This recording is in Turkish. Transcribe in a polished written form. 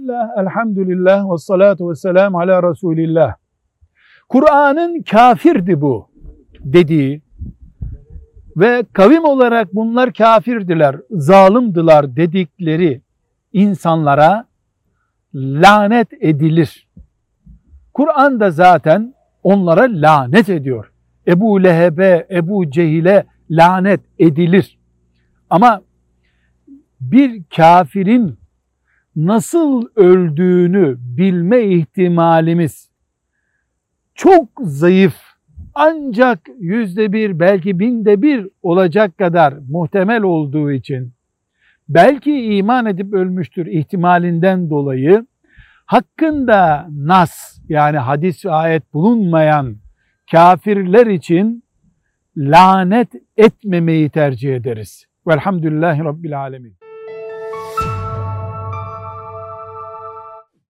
Bismillah, elhamdülillah, ve salatu ve selamu ala Resulillah. Kur'an'ın kafirdi bu dediği ve kavim olarak bunlar kafirdiler, zalimdiler dedikleri insanlara lanet edilir. Kur'an da zaten onlara lanet ediyor. Ebu Leheb'e, Ebu Cehil'e lanet edilir. Ama bir kafirin nasıl öldüğünü bilme ihtimalimiz çok zayıf, ancak 1/1 belki 1000'de 1 olacak kadar muhtemel olduğu için, belki iman edip ölmüştür ihtimalinden dolayı hakkında nas, yani hadis ve ayet bulunmayan kafirler için lanet etmemeyi tercih ederiz. Velhamdülillahi Rabbil Alemin.